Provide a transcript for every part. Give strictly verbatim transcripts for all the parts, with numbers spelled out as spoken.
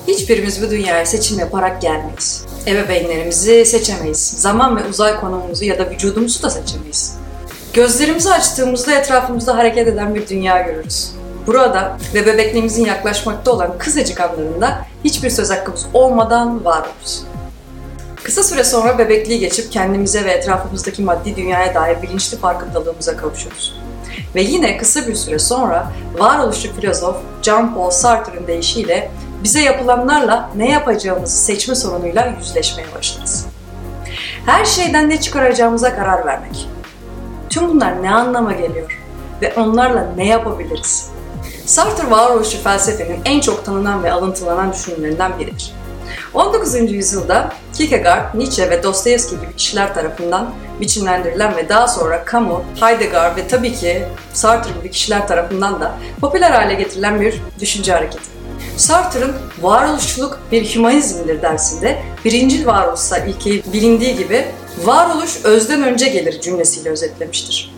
Hiçbirimiz bu dünyaya seçim yaparak gelmeyiz. Ebeveynlerimizi seçemeyiz. Zaman ve uzay konumumuzu ya da vücudumuzu da seçemeyiz. Gözlerimizi açtığımızda etrafımızda hareket eden bir dünya görürüz. Burada ve bebekliğimizin yaklaşmakta olan kısacık anlarında hiçbir söz hakkımız olmadan var oluruz. Kısa süre sonra bebekliği geçip kendimize ve etrafımızdaki maddi dünyaya dair bilinçli farkındalığımıza kavuşuruz. Ve yine kısa bir süre sonra varoluşçu filozof Jean-Paul Sartre'ın deyişiyle bize yapılanlarla ne yapacağımızı seçme sorunuyla yüzleşmeye başlarız. Her şeyden ne çıkaracağımıza karar vermek. Tüm bunlar ne anlama geliyor ve onlarla ne yapabiliriz? Sartre varoluşçu felsefenin en çok tanınan ve alıntılanan düşünürlerinden biridir. on dokuzuncu yüzyılda Kierkegaard, Nietzsche ve Dostoyevski gibi kişiler tarafından biçimlendirilen ve daha sonra Camus, Heidegger ve tabii ki Sartre gibi kişiler tarafından da popüler hale getirilen bir düşünce hareketi. Sartre'ın varoluşçuluk bir hümanizmdir dersinde birincil varoluşsal ilkeyi bilindiği gibi varoluş özden önce gelir cümlesiyle özetlemiştir.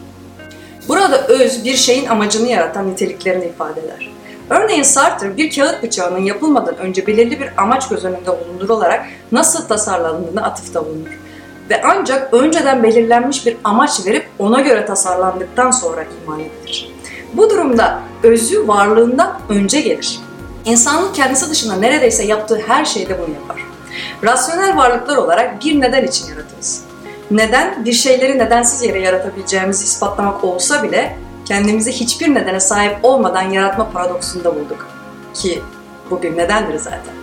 Burada öz bir şeyin amacını yaratan niteliklerini ifade eder. Örneğin Sartre bir kağıt bıçağının yapılmadan önce belirli bir amaç göz önünde bulundurularak nasıl tasarlandığını atıfta bulunur. Ve ancak önceden belirlenmiş bir amaç verip ona göre tasarlandıktan sonra imal edilir. Bu durumda özü varlığından önce gelir. İnsanlık kendisi dışında neredeyse yaptığı her şeyde bunu yapar. Rasyonel varlıklar olarak bir neden için yaratırız. Neden, bir şeyleri nedensiz yere yaratabileceğimizi ispatlamak olsa bile kendimizi hiçbir nedene sahip olmadan yaratma paradoksunda bulduk. Ki bu bir nedendir zaten.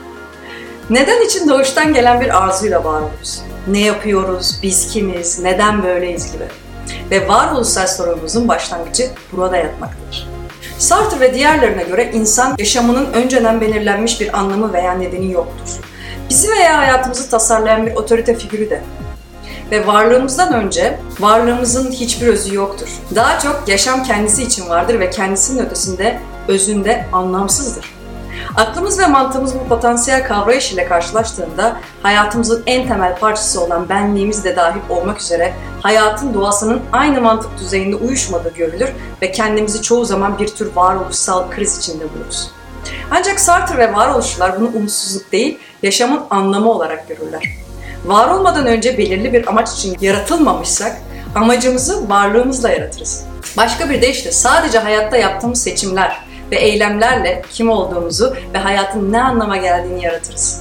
Neden için doğuştan gelen bir arzuyla var oluruz. Ne yapıyoruz, biz kimiz, neden böyleyiz gibi. Ve varoluşsal sorunumuzun başlangıcı burada yatmaktadır. Sartre ve diğerlerine göre insan yaşamının önceden belirlenmiş bir anlamı veya nedeni yoktur. Bizi veya hayatımızı tasarlayan bir otorite figürü de. Ve varlığımızdan önce varlığımızın hiçbir özü yoktur. Daha çok yaşam kendisi için vardır ve kendisinin ötesinde, özünde anlamsızdır. Aklımız ve mantığımız bu potansiyel kavrayış ile karşılaştığında hayatımızın en temel parçası olan benliğimiz de dahil olmak üzere hayatın doğasının aynı mantık düzeyinde uyuşmadığı görülür ve kendimizi çoğu zaman bir tür varoluşsal kriz içinde buluruz. Ancak Sartre ve varoluşçular bunu umutsuzluk değil, yaşamın anlamı olarak görürler. Var olmadan önce belirli bir amaç için yaratılmamışsak, amacımızı varlığımızla yaratırız. Başka bir deyişle sadece hayatta yaptığımız seçimler ve eylemlerle kim olduğumuzu ve hayatın ne anlama geldiğini yaratırız.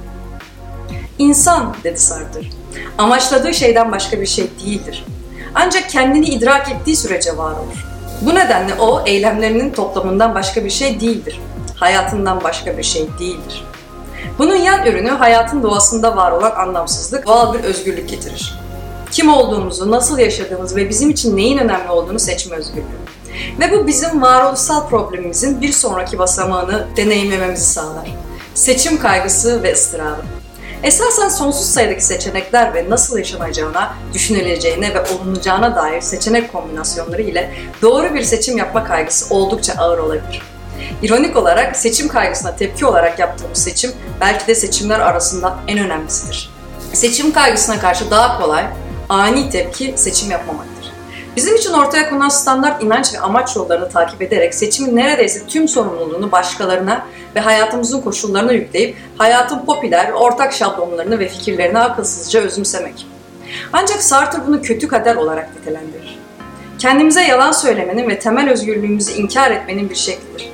İnsan, dedi Sartre, amaçladığı şeyden başka bir şey değildir. Ancak kendini idrak ettiği sürece var olur. Bu nedenle o, eylemlerinin toplamından başka bir şey değildir. Hayatından başka bir şey değildir. Bunun yan ürünü hayatın doğasında var olan anlamsızlık, doğal bir özgürlük getirir. Kim olduğumuzu, nasıl yaşadığımız ve bizim için neyin önemli olduğunu seçme özgürlüğü. Ve bu bizim varoluşsal problemimizin bir sonraki basamağını deneyimlememizi sağlar. Seçim kaygısı ve ıstırabı. Esasen sonsuz sayıdaki seçenekler ve nasıl yaşanacağına, düşünüleceğine ve olunacağına dair seçenek kombinasyonları ile doğru bir seçim yapma kaygısı oldukça ağır olabilir. İronik olarak seçim kaygısına tepki olarak yaptığımız seçim belki de seçimler arasında en önemlisidir. Seçim kaygısına karşı daha kolay, ani tepki seçim yapmamaktır. Bizim için ortaya konulan standart inanç ve amaç yollarını takip ederek seçimin neredeyse tüm sorumluluğunu başkalarına ve hayatımızın koşullarına yükleyip hayatın popüler, ortak şablonlarını ve fikirlerini akılsızca özümsemek. Ancak Sartre bunu kötü kader olarak nitelendirir. Kendimize yalan söylemenin ve temel özgürlüğümüzü inkar etmenin bir şeklidir.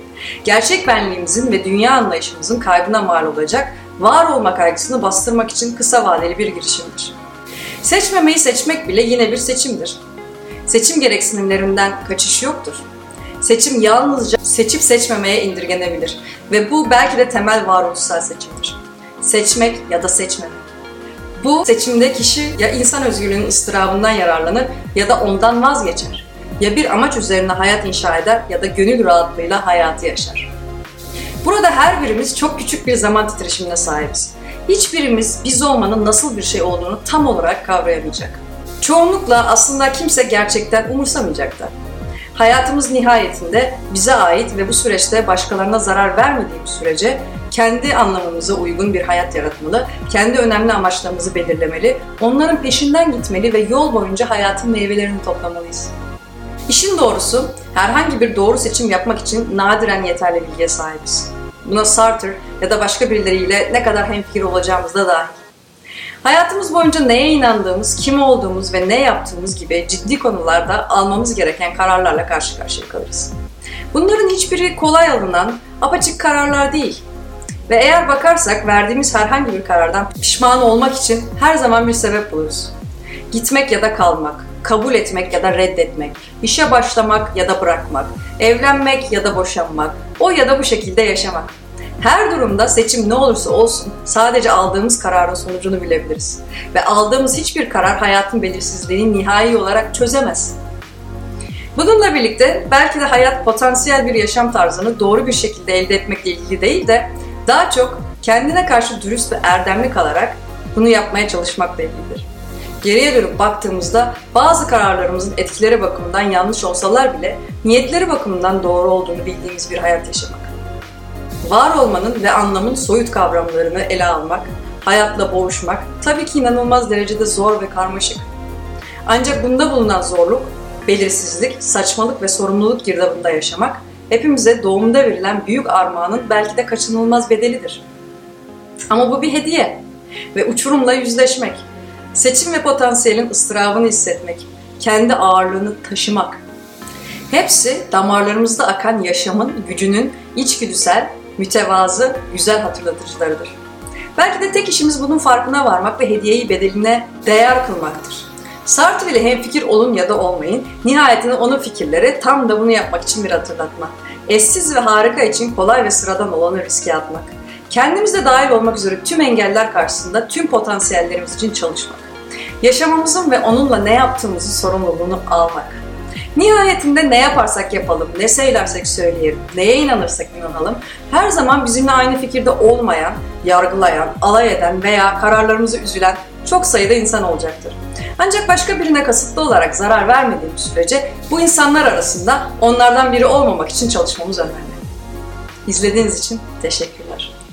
Gerçek benliğimizin ve dünya anlayışımızın kaybına mal olacak, var olma kaygısını bastırmak için kısa vadeli bir girişimdir. Seçmemeyi seçmek bile yine bir seçimdir. Seçim gereksinimlerinden kaçış yoktur. Seçim yalnızca seçip seçmemeye indirgenebilir ve bu belki de temel varoluşsal seçimdir. Seçmek ya da seçmemek. Bu seçimde kişi ya insan özgürlüğünün ıstırabından yararlanır ya da ondan vazgeçer. Ya bir amaç üzerine hayat inşa eder ya da gönül rahatlığıyla hayatı yaşar. Burada her birimiz çok küçük bir zaman titreşimine sahibiz. Hiçbirimiz biz olmanın nasıl bir şey olduğunu tam olarak kavrayamayacak. Çoğunlukla aslında kimse gerçekten umursamayacaktır. Hayatımız nihayetinde bize ait ve bu süreçte başkalarına zarar vermediğimiz sürece kendi anlamımıza uygun bir hayat yaratmalı, kendi önemli amaçlarımızı belirlemeli, onların peşinden gitmeli ve yol boyunca hayatın meyvelerini toplamalıyız. İşin doğrusu, herhangi bir doğru seçim yapmak için nadiren yeterli bilgiye sahibiz. Buna Sartre ya da başka birileriyle ne kadar hemfikir olacağımız da dahil. Hayatımız boyunca neye inandığımız, kim olduğumuz ve ne yaptığımız gibi ciddi konularda almamız gereken kararlarla karşı karşıya kalırız. Bunların hiçbiri kolay alınan, apaçık kararlar değil. Ve eğer bakarsak verdiğimiz herhangi bir karardan pişman olmak için her zaman bir sebep buluruz. Gitmek ya da kalmak, kabul etmek ya da reddetmek, işe başlamak ya da bırakmak, evlenmek ya da boşanmak, o ya da bu şekilde yaşamak. Her durumda seçim ne olursa olsun sadece aldığımız kararın sonucunu bilebiliriz. Ve aldığımız hiçbir karar hayatın belirsizliğini nihai olarak çözemez. Bununla birlikte belki de hayat potansiyel bir yaşam tarzını doğru bir şekilde elde etmekle ilgili değil de daha çok kendine karşı dürüst ve erdemli kalarak bunu yapmaya çalışmakla ilgilidir. Geriye dönüp baktığımızda bazı kararlarımızın etkileri bakımından yanlış olsalar bile niyetleri bakımından doğru olduğunu bildiğimiz bir hayat yaşamak. Var olmanın ve anlamın soyut kavramlarını ele almak, hayatla boğuşmak tabii ki inanılmaz derecede zor ve karmaşık. Ancak bunda bulunan zorluk, belirsizlik, saçmalık ve sorumluluk girdabında yaşamak hepimize doğumda verilen büyük armağanın belki de kaçınılmaz bedelidir. Ama bu bir hediye ve uçurumla yüzleşmek, seçim ve potansiyelin ıstırabını hissetmek, kendi ağırlığını taşımak. Hepsi damarlarımızda akan yaşamın gücünün içgüdüsel, mütevazı, güzel hatırlatıcılarıdır. Belki de tek işimiz bunun farkına varmak ve hediyeyi bedeline değer kılmaktır. Sartre ile hemfikir olun ya da olmayın, nihayetinde onun fikirleri tam da bunu yapmak için bir hatırlatma. Eşsiz ve harika için kolay ve sıradan olanı riske atmak. Kendimizde dahil olmak üzere tüm engeller karşısında tüm potansiyellerimiz için çalışmak. Yaşamamızın ve onunla ne yaptığımızın sorumluluğunu almak. Nihayetinde ne yaparsak yapalım, ne söylersek söyleyelim, neye inanırsak inanalım, her zaman bizimle aynı fikirde olmayan, yargılayan, alay eden veya kararlarımızı üzülen çok sayıda insan olacaktır. Ancak başka birine kasıtlı olarak zarar vermediğimiz sürece bu insanlar arasında onlardan biri olmamak için çalışmamız önemli. İzlediğiniz için teşekkürler.